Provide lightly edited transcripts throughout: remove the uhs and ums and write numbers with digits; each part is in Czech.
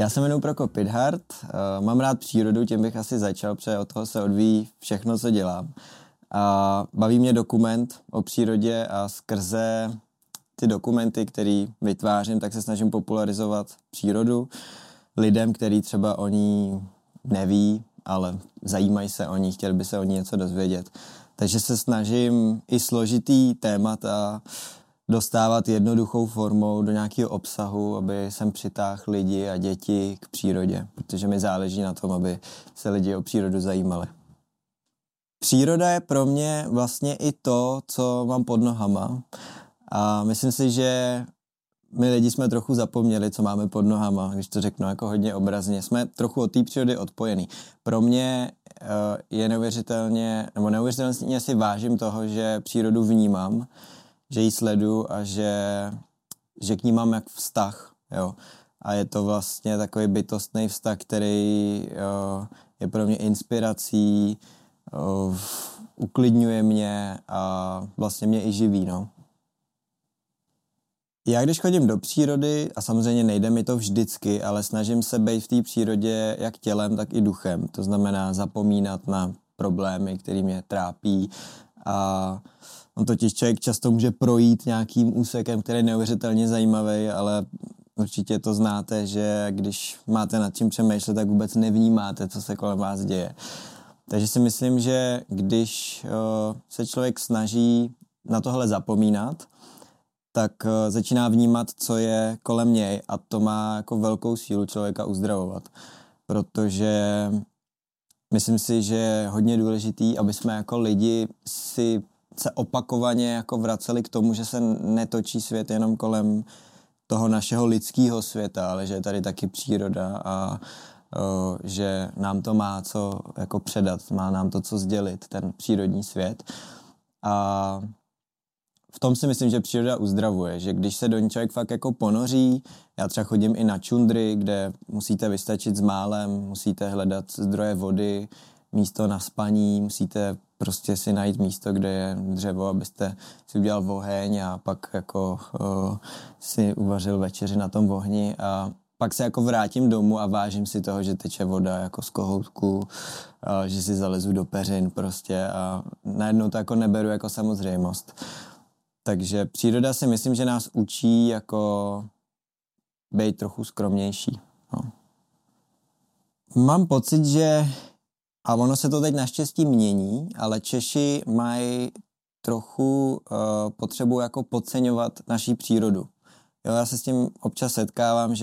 Já se jmenuji Prokop Pithart, mám rád přírodu, tím bych asi začal, protože od toho se odvíjí všechno, co dělám. A baví mě dokument o přírodě a skrze ty dokumenty, které vytvářím, tak se snažím popularizovat přírodu lidem, který třeba o ní neví, ale zajímají se o ní, chtěli by se o ní něco dozvědět. Takže se snažím i složitý témata dostávat jednoduchou formou do nějakého obsahu, aby jsem přitáhl lidi a děti k přírodě, protože mi záleží na tom, aby se lidi o přírodu zajímali. Příroda je pro mě vlastně i to, co mám pod nohama. A myslím si, že my lidi jsme trochu zapomněli, co máme pod nohama, když to řeknu jako hodně obrazně. Jsme trochu od té přírody odpojený. Pro mě je neuvěřitelně si vážím toho, že přírodu vnímám, že ji sleduju a že k ní mám jak vztah. Jo. A je to vlastně takový bytostný vztah, který je pro mě inspirací, uklidňuje mě a vlastně mě i živí. No. Já když chodím do přírody, a samozřejmě nejde mi to vždycky, ale snažím se být v té přírodě jak tělem, tak i duchem. To znamená zapomínat na problémy, které mě trápí. A on totiž člověk často může projít nějakým úsekem, který je neuvěřitelně zajímavý, ale určitě to znáte, že když máte nad čím přemýšlet, tak vůbec nevnímáte, co se kolem vás děje. Takže si myslím, že když se člověk snaží na tohle zapomínat, tak začíná vnímat, co je kolem něj a to má jako velkou sílu člověka uzdravovat. Protože myslím si, že je hodně důležitý, aby jsme jako lidi si se opakovaně jako vraceli k tomu, že se netočí svět jenom kolem toho našeho lidského světa, ale že je tady taky příroda a že nám to má co jako předat, má nám to co sdělit, ten přírodní svět. A v tom si myslím, že příroda uzdravuje, že když se do ní člověk fakt jako ponoří, já třeba chodím i na čundry, kde musíte vystačit s málem, musíte hledat zdroje vody, místo na spaní, musíte prostě si najít místo, kde je dřevo, abyste si udělal oheň a pak jako si uvařil večeři na tom ohni a pak se jako vrátím domů a vážím si toho, že teče voda jako z kohoutku, že si zalezu do peřin prostě a najednou to jako neberu jako samozřejmost. Takže příroda si myslím, že nás učí jako být trochu skromnější. No. Mám pocit, že a ono se to teď naštěstí mění, ale Češi mají trochu potřebu jako podceňovat naší přírodu. Jo, já se s tím občas setkávám,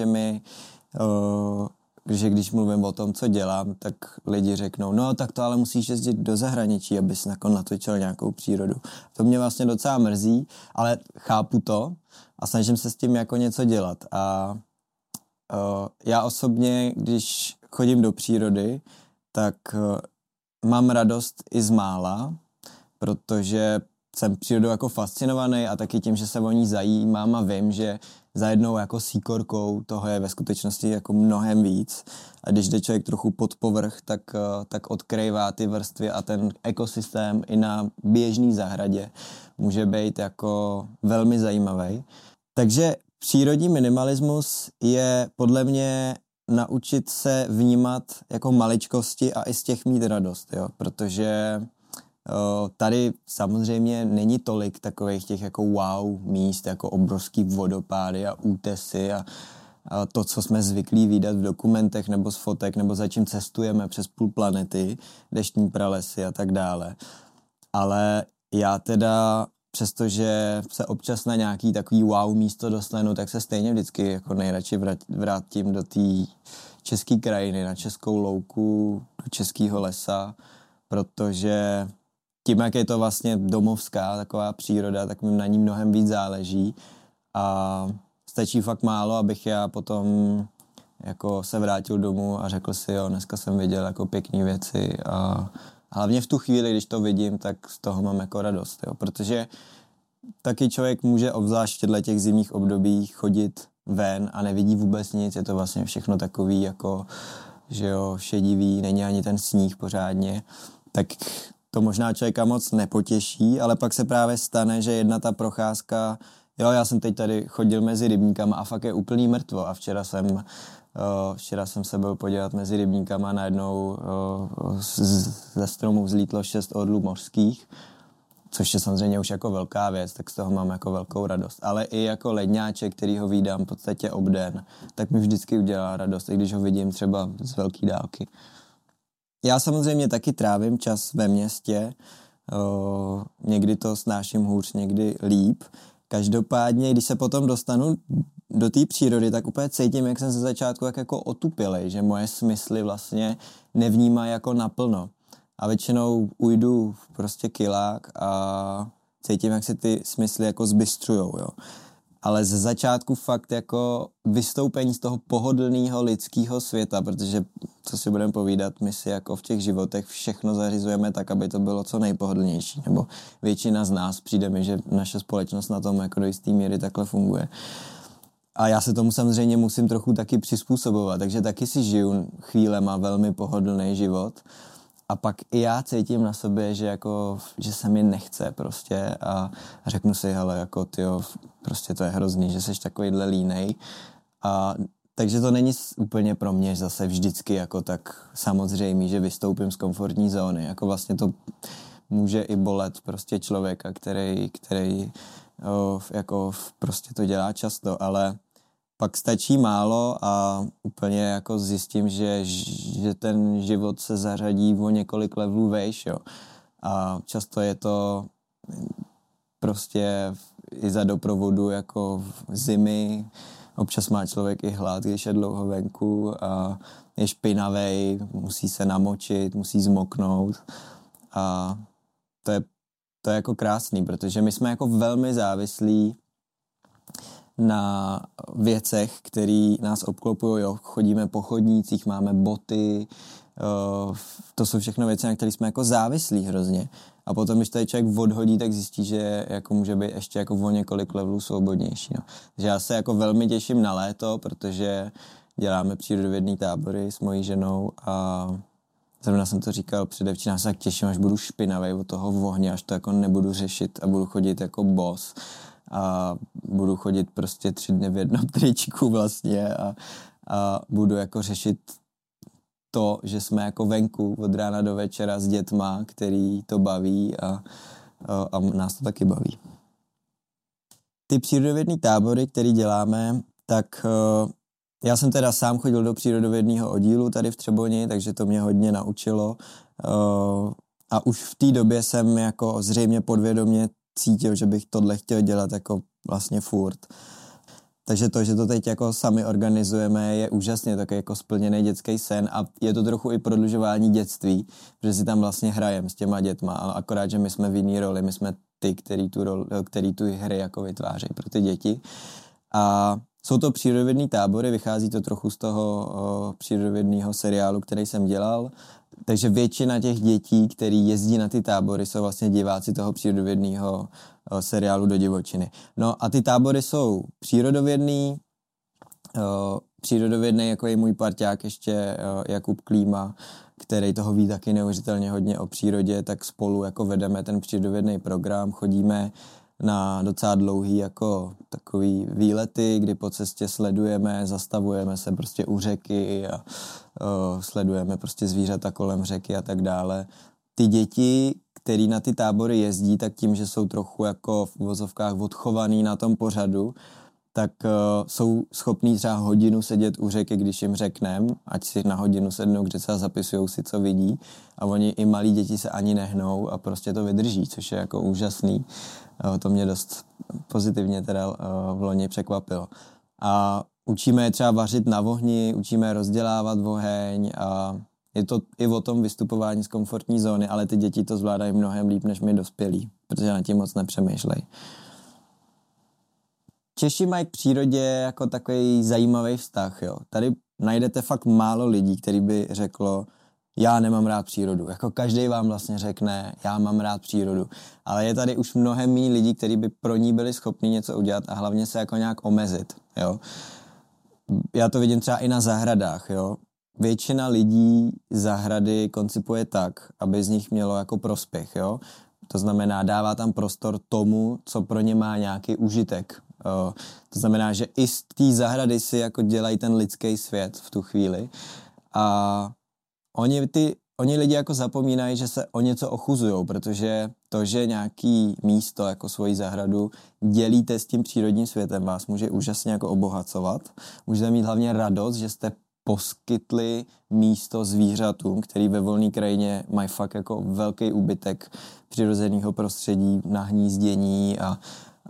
že když mluvím o tom, co dělám, tak lidi řeknou, no tak to ale musíš jezdit do zahraničí, abys jako natočil nějakou přírodu. To mě vlastně docela mrzí, ale chápu to a snažím se s tím jako něco dělat. A já osobně, když chodím do přírody, tak mám radost i z mála, protože jsem přírodou jako fascinovaný a taky tím, že se o ní zajímám a vím, že za jednou jako síkorkou toho je ve skutečnosti jako mnohem víc. A když jde člověk trochu pod povrch, tak odkrývá ty vrstvy a ten ekosystém i na běžný zahradě může být jako velmi zajímavý. Takže přírodní minimalismus je podle mě naučit se vnímat jako maličkosti a i z těch mít radost, jo? Protože tady samozřejmě není tolik takových těch jako wow míst, jako obrovský vodopády a útesy a to, co jsme zvyklí vidět v dokumentech nebo z fotek, nebo za čím cestujeme přes půl planety, deštní pralesy a tak dále. Ale já teda, přestože se občas na nějaký takový wow místo dostanu, tak se stejně vždycky jako nejradši vrátím do té české krajiny, na českou louku, do českého lesa, protože tím, jak je to vlastně domovská taková příroda, tak mi na ní mnohem víc záleží a stačí fakt málo, abych já potom jako se vrátil domů a řekl si, jo, dneska jsem viděl jako pěkný věci a hlavně v tu chvíli, když to vidím, tak z toho mám jako radost, jo, protože taky člověk může obzvlášť v těch zimních obdobích chodit ven a nevidí vůbec nic, je to vlastně všechno takový jako, že jo, šedivý, není ani ten sníh pořádně, tak to možná člověka moc nepotěší, ale pak se právě stane, že jedna ta procházka, jo, já jsem teď tady chodil mezi rybníkama a fakt je úplný mrtvo a včera jsem Včera jsem se byl podívat mezi rybníkama, najednou ze stromů vzlítlo 6 orlů mořských, což je samozřejmě už jako velká věc, tak z toho mám jako velkou radost. Ale i jako ledňáček, který ho vídám v podstatě obden, tak mi vždycky udělá radost, i když ho vidím třeba z velké dálky. Já samozřejmě taky trávím čas ve městě, někdy to snáším hůř, někdy líp. Každopádně, když se potom dostanu do té přírody, tak úplně cítím, jak jsem ze začátku jako otupělej, že moje smysly vlastně nevnímají jako naplno. A většinou ujdu prostě kilák a cítím, jak se ty smysly jako zbystřujou, jo. Ale ze začátku fakt jako vystoupení z toho pohodlného lidského světa, protože, co si budeme povídat, my si jako v těch životech všechno zařizujeme tak, aby to bylo co nejpohodlnější, nebo většina z nás, přijde mi, že naše společnost na tom jako do jistý míry takhle funguje. A já se tomu samozřejmě musím trochu taky přizpůsobovat, takže taky si žiju chvílema velmi pohodlný život. A pak i já cítím na sobě, že se mi nechce prostě a řeknu si, hele, jako tyjo, prostě to je hrozný, že seš takovýhle línej. A takže to není úplně pro mě zase vždycky jako tak samozřejmý, že vystoupím z komfortní zóny. Jako vlastně to může i bolet prostě člověka, který jako prostě to dělá často, ale pak stačí málo a úplně jako zjistím, že ten život se zařadí o několik levelů vejš, jo. A často je to prostě i za doprovodu jako zimy, občas má člověk i hlad, když je dlouho venku a je špinavej, musí se namočit, musí zmoknout a to je jako krásný, protože my jsme jako velmi závislí na věcech, které nás obklopují, jo. Chodíme po chodnících, máme boty, to jsou všechno věci, na které jsme jako závislí hrozně. A potom, když tady člověk odhodí, tak zjistí, že jako může být ještě jako o několik levelů svobodnější. No. Takže já se jako velmi těším na léto, protože děláme přírodovědný tábory s mojí ženou a zrovna jsem to říkal předevčírem, já se tak těším, až budu špinavej od toho ohně, až to jako nebudu řešit a budu chodit jako boss. A budu chodit prostě 3 dny v jednom tričku vlastně a budu jako řešit to, že jsme jako venku od rána do večera s dětma, který to baví a nás to taky baví. Ty přírodovědný tábory, který děláme, tak já jsem teda sám chodil do přírodovědného oddílu tady v Třeboni, takže to mě hodně naučilo a už v té době jsem jako zřejmě podvědomě cítil, že bych tohle chtěl dělat jako vlastně furt. Takže to, že to teď jako sami organizujeme, je úžasně takový jako splněný dětský sen a je to trochu i prodlužování dětství, protože si tam vlastně hrajeme s těma dětma, ale akorát, že my jsme v jiný roli, my jsme ty, který tu hry jako vytvářejí pro ty děti. A jsou to přírodovědný tábory, vychází to trochu z toho přírodovědného seriálu, který jsem dělal. Takže většina těch dětí, který jezdí na ty tábory, jsou vlastně diváci toho přírodovědného seriálu Do divočiny. No a ty tábory jsou přírodovědný, jako je můj parťák ještě Jakub Klíma, který toho ví taky neuvěřitelně hodně o přírodě, tak spolu jako vedeme ten přírodovědný program, chodíme na docela dlouhý jako takový výlety, kdy po cestě sledujeme, zastavujeme se prostě u řeky a sledujeme prostě zvířata kolem řeky a tak dále. Ty děti, který na ty tábory jezdí, tak tím, že jsou trochu jako v uvozovkách odchovaný na tom pořadu, tak jsou schopní třeba hodinu sedět u řeky, když jim řekneme, ať si na hodinu sednou k řece a zapisujou si, co vidí. A oni i malí děti se ani nehnou a prostě to vydrží, což je jako úžasný. To mě dost pozitivně teda v loni překvapilo. A učíme je třeba vařit na ohni, učíme je rozdělávat oheň a je to i o tom vystupování z komfortní zóny, ale ty děti to zvládají mnohem líp než my dospělí, protože na tím moc nepřemýšlejí. Češi mají k přírodě jako takový zajímavý vztah. Jo. Tady najdete fakt málo lidí, který by řeklo, já nemám rád přírodu. Jako každý vám vlastně řekne, já mám rád přírodu. Ale je tady už mnohem méně lidí, kteří by pro ní byli schopni něco udělat a hlavně se jako nějak omezit. Jo. Já to vidím třeba i na zahradách. Jo. Většina lidí zahrady koncipuje tak, aby z nich mělo jako prospěch. Jo. To znamená, dává tam prostor tomu, co pro ně má nějaký užitek. To znamená, že i z té zahrady si jako dělají ten lidský svět v tu chvíli. A oni lidi jako zapomínají, že se o něco ochuzujou, protože to, že nějaký místo jako svoji zahradu dělíte s tím přírodním světem, vás může úžasně jako obohacovat. Můžete mít hlavně radost, že jste poskytli místo zvířatům, který ve volné krajině mají fakt jako velký úbytek přirozeného prostředí na hnízdění a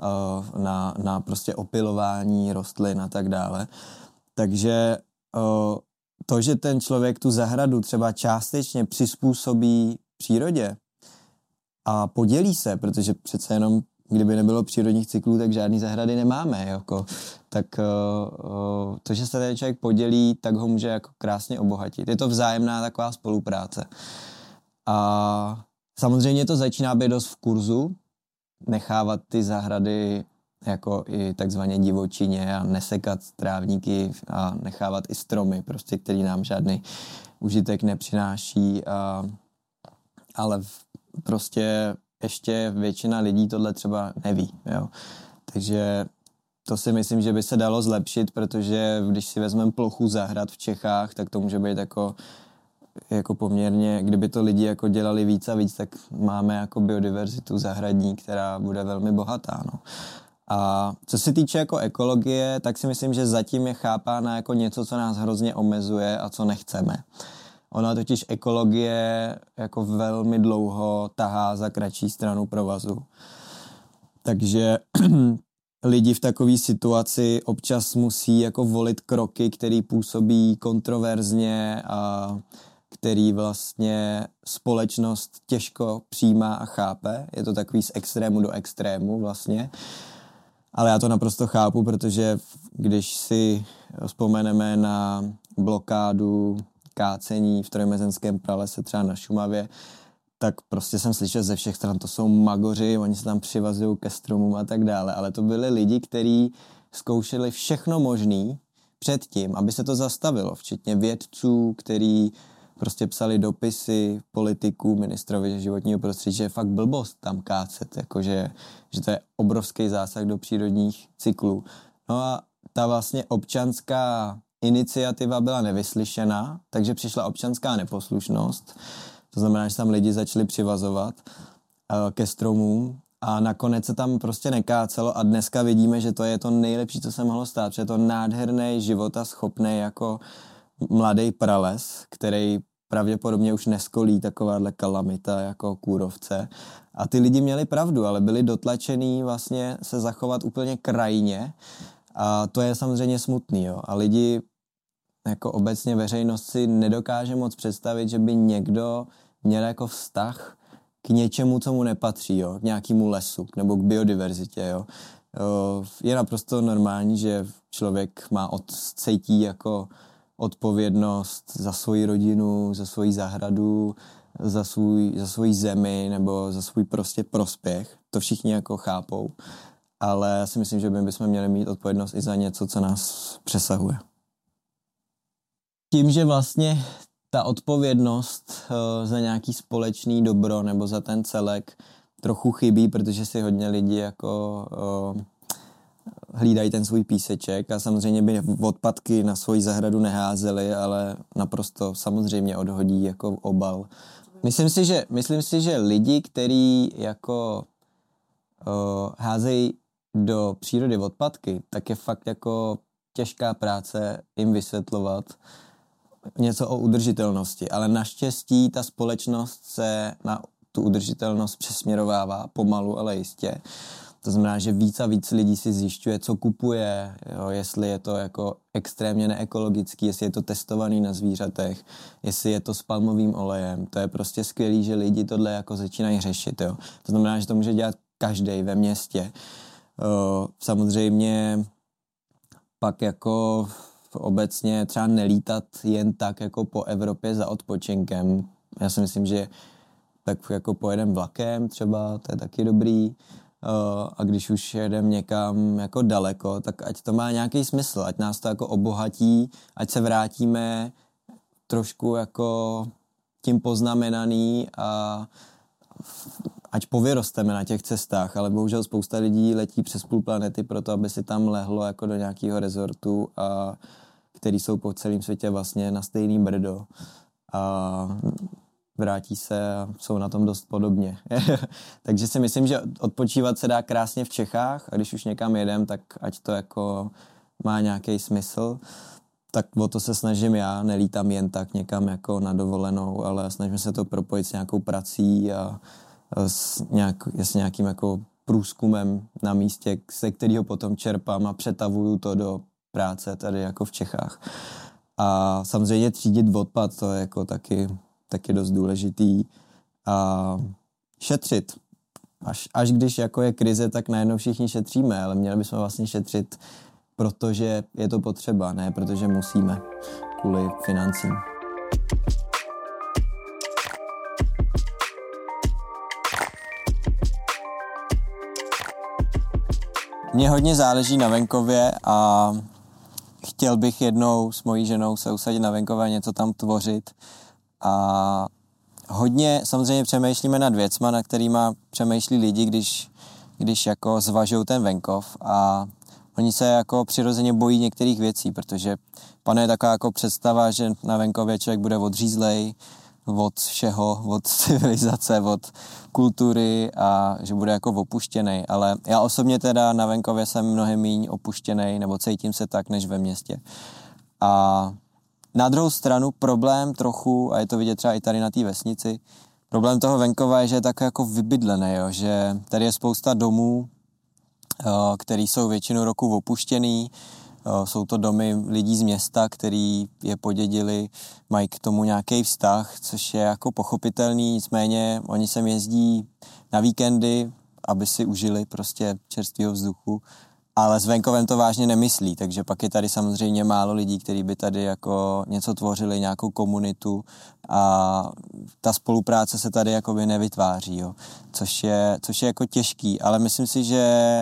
na prostě opylování rostlin a tak dále. Takže to, že ten člověk tu zahradu třeba částečně přizpůsobí přírodě a podělí se, protože přece jenom kdyby nebylo přírodních cyklů, tak žádný zahrady nemáme. Jako. Tak to, že se ten člověk podělí, tak ho může jako krásně obohatit. Je to vzájemná taková spolupráce. A samozřejmě to začíná být dost v kurzu, nechávat ty zahrady jako i takzvaně divočině a nesekat trávníky a nechávat i stromy, prostě, který nám žádný užitek nepřináší. Ale prostě ještě většina lidí tohle třeba neví. Jo. Takže to si myslím, že by se dalo zlepšit, protože když si vezmeme plochu zahrad v Čechách, tak to může být jako poměrně, kdyby to lidi jako dělali víc a víc, tak máme jako biodiverzitu zahradní, která bude velmi bohatá. No. A co se týče jako ekologie, tak si myslím, že zatím je chápána jako něco, co nás hrozně omezuje a co nechceme. Ona totiž ekologie jako velmi dlouho tahá za kratší stranu provazu. Takže lidi v takové situaci občas musí jako volit kroky, které působí kontroverzně a který vlastně společnost těžko přijímá a chápe. Je to takový z extrému do extrému vlastně. Ale já to naprosto chápu, protože když si vzpomeneme na blokádu kácení v trojmezenském pralese třeba na Šumavě, tak prostě jsem slyšel ze všech stran, to jsou magoři, oni se tam přivazují ke stromům a tak dále, ale to byli lidi, kteří zkoušeli všechno možný předtím, aby se to zastavilo, včetně vědců, kteří prostě psali dopisy politiků, ministrovi životního prostředí, že je fakt blbost tam kácet, jakože, že to je obrovský zásah do přírodních cyklů. No a ta vlastně občanská iniciativa byla nevyslyšená, takže přišla občanská neposlušnost. To znamená, že tam lidi začali přivazovat ke stromům a nakonec se tam prostě nekácelo a dneska vidíme, že to je to nejlepší, co se mohlo stát, protože je to nádherný, životaschopný jako mladý prales, který pravděpodobně už neskolí takováhle kalamita jako kůrovce. A ty lidi měli pravdu, ale byli dotlačený vlastně se zachovat úplně krajně a to je samozřejmě smutný. Jo. A lidi jako obecně veřejnost si nedokáže moc představit, že by někdo měl jako vztah k něčemu, co mu nepatří, jo, k nějakému lesu nebo k biodiverzitě. Jo. Je naprosto normální, že člověk cítí jako odpovědnost za svoji rodinu, za svoji zahradu, za svoji zemi nebo za svůj prostě prospěch. To všichni jako chápou, ale já si myslím, že bychom měli mít odpovědnost i za něco, co nás přesahuje. Tím, že vlastně ta odpovědnost za nějaký společný dobro nebo za ten celek trochu chybí, protože si hodně lidí jako hlídají ten svůj píseček a samozřejmě by odpadky na svoji zahradu neházeli, ale naprosto samozřejmě odhodí jako obal. Myslím si, že lidi, kteří jako házejí do přírody odpadky, tak je fakt jako těžká práce jim vysvětlovat něco o udržitelnosti, ale naštěstí ta společnost se na tu udržitelnost přesměrovává pomalu, ale jistě. To znamená, že víc a víc lidí si zjišťuje, co kupuje, jo, jestli je to jako extrémně neekologický, jestli je to testovaný na zvířatech, jestli je to s palmovým olejem. To je prostě skvělý, že lidi tohle jako začínají řešit. Jo. To znamená, že to může dělat každý ve městě. Samozřejmě pak jako obecně třeba nelítat jen tak jako po Evropě za odpočinkem. Já si myslím, že tak jako pojedem vlakem třeba, to je taky dobrý. A když už jedem někam jako daleko, tak ať to má nějaký smysl, ať nás to jako obohatí, ať se vrátíme trošku jako tím poznamenaný ať povyrosteme na těch cestách, ale bohužel spousta lidí letí přes půl planety proto, aby si tam lehlo jako do nějakého rezortu, a který jsou po celém světě vlastně na stejný brdo. A vrátí se a jsou na tom dost podobně. Takže si myslím, že odpočívat se dá krásně v Čechách a když už někam jedem, tak ať to jako má nějaký smysl. Tak o to se snažím já, nelítám jen tak někam jako na dovolenou, ale snažím se to propojit s nějakou prací a s nějakým jako průzkumem na místě, se kterého potom čerpám a přetavuju to do práce tady jako v Čechách. A samozřejmě třídit odpad, to je jako taky dost důležitý. A šetřit. Až když jako je krize, tak najednou všichni šetříme, ale měli bychom vlastně šetřit, protože je to potřeba, ne protože musíme, kvůli financím. Mně hodně záleží na venkově a chtěl bych jednou s mojí ženou se usadit na venkově a něco tam tvořit. A hodně samozřejmě přemýšlíme nad věcma, na kterýma přemýšlí lidi, když jako zvažují ten venkov, a oni se jako přirozeně bojí některých věcí, protože panuje taková jako představa, že na venkově člověk bude odřízlej od všeho, od civilizace, od kultury a že bude jako opuštěnej. Ale já osobně teda na venkově jsem mnohem míň opuštěnej, nebo cítím se tak, než ve městě. A na druhou stranu problém trochu, a je to vidět třeba i tady na té vesnici, problém toho venkova je, že je tak jako vybydlený, jo? Že tady je spousta domů, který jsou většinu roku opuštěný. Jsou to domy lidí z města, který je podědili, mají k tomu nějaký vztah, což je jako pochopitelný, nicméně oni sem jezdí na víkendy, aby si užili prostě čerstvého vzduchu, ale s venkovem to vážně nemyslí, takže pak je tady samozřejmě málo lidí, kteří by tady jako něco tvořili, nějakou komunitu, a ta spolupráce se tady jakoby nevytváří, jo. Což je jako těžký, ale myslím si, že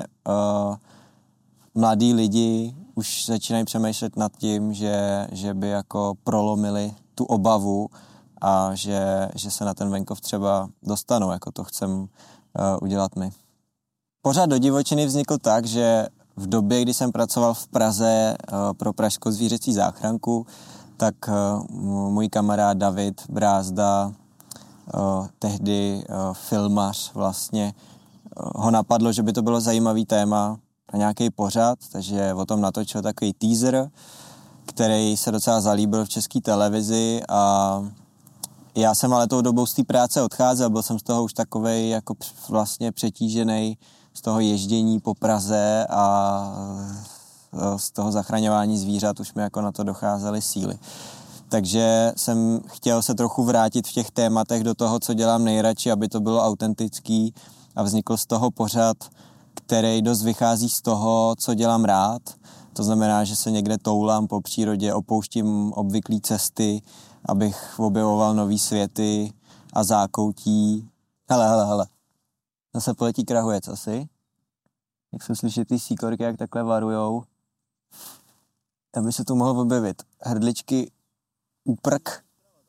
mladí lidi už začínají přemýšlet nad tím, že by jako prolomili tu obavu a že se na ten venkov třeba dostanou, jako to chcem udělat my. Pořad Do divočiny vznikl tak, že v době, kdy jsem pracoval v Praze pro Pražskou zvířecí záchranku, tak můj kamarád David Brázda, tehdy filmař vlastně, ho napadlo, že by to bylo zajímavý téma na nějaký pořad, takže o tom natočil takový teaser, který se docela zalíbil v České televizi, a já jsem ale tou dobou z té práce odcházel, byl jsem z toho už takovej jako vlastně přetížený z toho ježdění po Praze a z toho zachraňování zvířat už mi jako na to docházely síly. Takže jsem chtěl se trochu vrátit v těch tématech do toho, co dělám nejradši, aby to bylo autentický, a vznikl z toho pořad, který dost vychází z toho, co dělám rád. To znamená, že se někde toulám po přírodě, opouštím obvyklý cesty, abych objevoval nový světy a zákoutí. Hele. Zase poletí krahujec asi. Jak jsem slyšel ty síkorky, jak takhle varujou. Tam by se tu mohl objevit hrdličky úprk.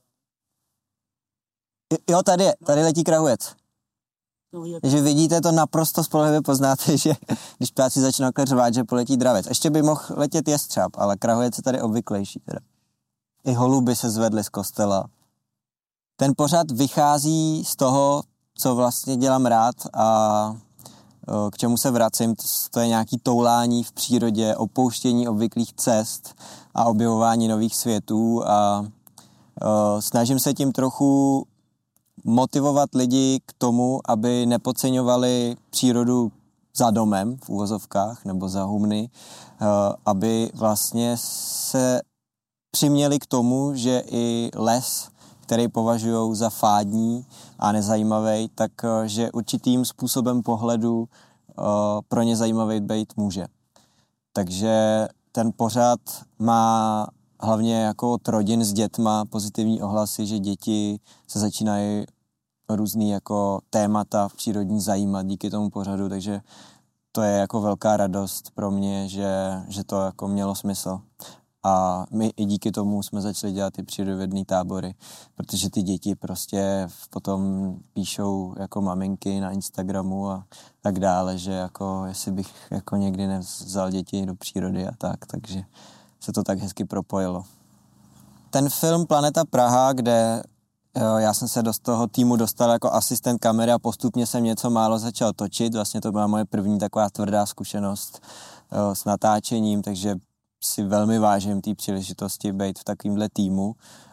Jo, tady letí krahujec. Takže vidíte, to naprosto spolehlivě poznáte, že když ptáci začnou řvát, že poletí dravec. Ještě by mohl letět jestřáb, ale krahujec je tady obvyklejší. Teda. I holuby se zvedly z kostela. Ten pořad vychází z toho, co vlastně dělám rád a k čemu se vracím. To je nějaký toulání v přírodě, opouštění obvyklých cest a objevování nových světů, a snažím se tím trochu motivovat lidi k tomu, aby nepodceňovali přírodu za domem, v uvozovkách, nebo za humny, aby vlastně se přiměli k tomu, že i les, který považují za fádní a nezajímavý, takže určitým způsobem pohledu pro ně zajímavý být může. Takže ten pořad má hlavně jako od rodin s dětma pozitivní ohlasy, že děti se začínají různý jako témata v přírodní zajímat díky tomu pořadu, takže to je jako velká radost pro mě, že to jako mělo smysl. A my i díky tomu jsme začali dělat ty přírodovědné tábory, protože ty děti prostě potom píšou jako maminky na Instagramu a tak dále, že jako jestli bych jako někdy nevzal děti do přírody a tak, takže se to tak hezky propojilo. Ten film Planeta Praha, kde já jsem se do toho týmu dostal jako asistent kamery a postupně jsem něco málo začal točit, vlastně to byla moje první taková tvrdá zkušenost s natáčením, takže si velmi vážím té příležitosti být v takovémhle týmu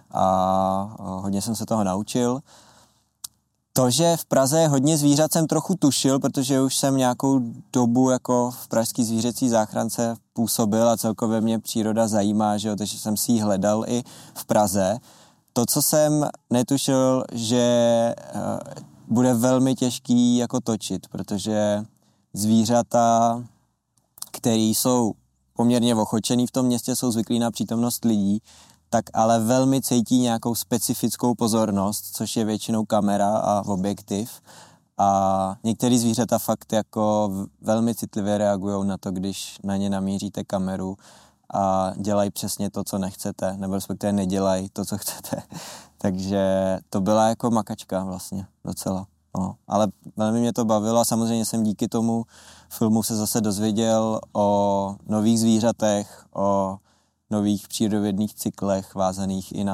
a hodně jsem se toho naučil. To, že v Praze je hodně zvířat, jsem trochu tušil, protože už jsem nějakou dobu jako v pražský zvířecí záchrance působil a celkově mě příroda zajímá, že jo, takže jsem si ji hledal i v Praze. To, co jsem netušil, že bude velmi těžký jako točit, protože zvířata, které jsou poměrně ochočený v tom městě, jsou zvyklí na přítomnost lidí, tak ale velmi cítí nějakou specifickou pozornost, což je většinou kamera a objektiv. A některé zvířata fakt jako velmi citlivě reagují na to, když na ně namíříte kameru a dělají přesně to, co nechcete, nebo respektive nedělají to, co chcete. Takže to byla jako makačka vlastně docela. No. Ale velmi mě to bavilo a samozřejmě jsem díky tomu filmu se zase dozvěděl o nových zvířatech, o nových přírodovědných cyklech vázaných i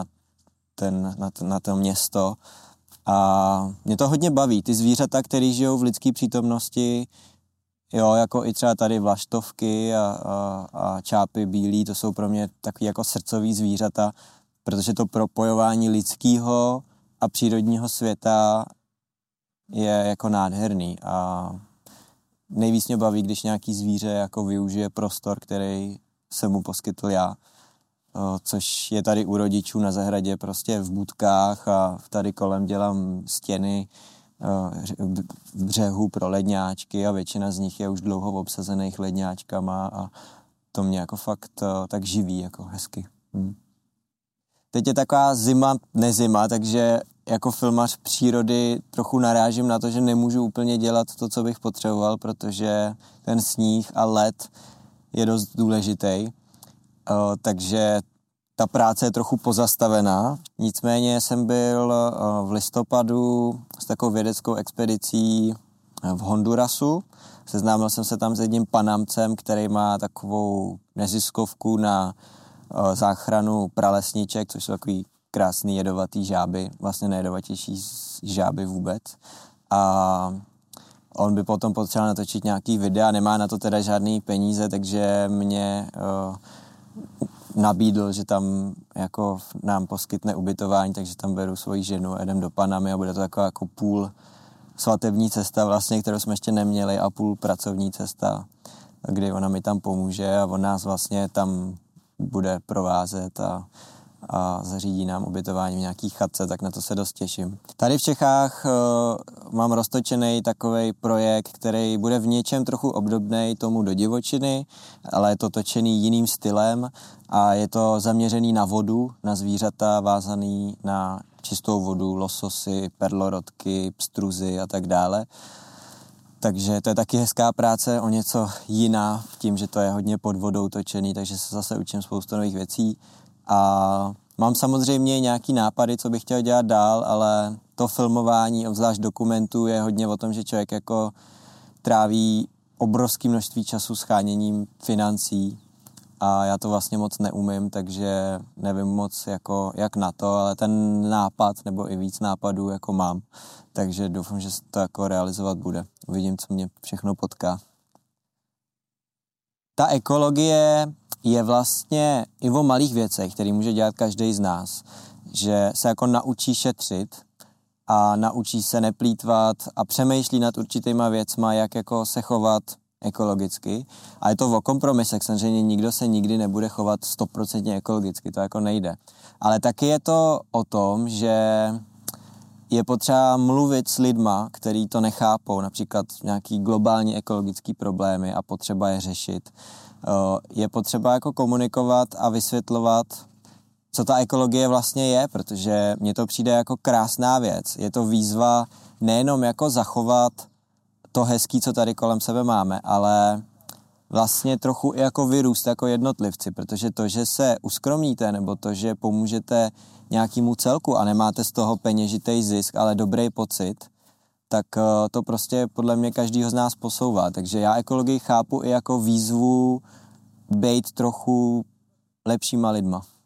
na to město. A mě to hodně baví. Ty zvířata, které žijou v lidské přítomnosti, jo, jako i třeba tady vlaštovky a čápy bílí, to jsou pro mě takový jako srdcový zvířata, protože to propojování lidského a přírodního světa je jako nádherný a nejvíc mě baví, když nějaký zvíře jako využije prostor, který jsem mu poskytl já, což je tady u rodičů na zahradě prostě v budkách a tady kolem dělám stěny v břehu pro ledňáčky a většina z nich je už dlouho obsazených ledňáčkama a to mě jako fakt tak živí, jako hezky. Teď je taková zima, nezima, takže jako filmař přírody trochu narážím na to, že nemůžu úplně dělat to, co bych potřeboval, protože ten sníh a led je dost důležitý, takže ta práce je trochu pozastavená. Nicméně jsem byl v listopadu s takovou vědeckou expedicí v Hondurasu. Seznámil jsem se tam s jedním Panamcem, který má takovou neziskovku na záchranu pralesniček, což jsou takový krásný jedovatý žáby, vlastně nejjedovatější žáby vůbec. A on by potom potřeboval natočit nějaký videa, nemá na to teda žádný peníze, takže mě nabídl, že tam jako nám poskytne ubytování, takže tam beru svoji ženu a jdem do Panamy a bude to taková jako půl svatební cesta vlastně, kterou jsme ještě neměli a půl pracovní cesta, kdy ona mi tam pomůže a on nás vlastně tam bude provázet a zařídí nám ubytování v nějaký chatce, tak na to se dost těším. Tady v Čechách mám roztočený takovej projekt, který bude v něčem trochu obdobný tomu Do divočiny, ale je to točený jiným stylem a je to zaměřený na vodu, na zvířata vázaný na čistou vodu, lososy, perlorodky, pstruzy a tak dále. Takže to je taky hezká práce, o něco jiná, tím, že to je hodně pod vodou točený, takže se zase učím spoustu nových věcí. A mám samozřejmě nějaký nápady, co bych chtěl dělat dál, ale to filmování, obzvlášť dokumentů, je hodně o tom, že člověk jako tráví obrovské množství času sháněním financí a já to vlastně moc neumím, takže nevím moc jako jak na to, ale ten nápad nebo i víc nápadů jako mám, takže doufám, že se to jako realizovat bude. Uvidím, co mě všechno potká. Ta ekologie je vlastně i o malých věcech, které může dělat každý z nás. Že se jako naučí šetřit a naučí se neplýtvat a přemýšlí nad určitýma věcma, jak jako se chovat ekologicky. A je to o kompromisech. Samozřejmě nikdo se nikdy nebude chovat 100% ekologicky, to jako nejde. Ale taky je to o tom, že je potřeba mluvit s lidma, kteří to nechápou, například nějaký globální ekologický problémy a potřeba je řešit. Je potřeba jako komunikovat a vysvětlovat, co ta ekologie vlastně je, protože mně to přijde jako krásná věc. Je to výzva nejenom jako zachovat to hezký, co tady kolem sebe máme, ale vlastně trochu i jako vyrůst jako jednotlivci, protože to, že se uskromníte, nebo to, že pomůžete nějakému celku a nemáte z toho peněžitý zisk, ale dobrý pocit, tak to prostě podle mě každýho z nás posouvá. Takže já ekologii chápu i jako výzvu být trochu lepšíma lidma.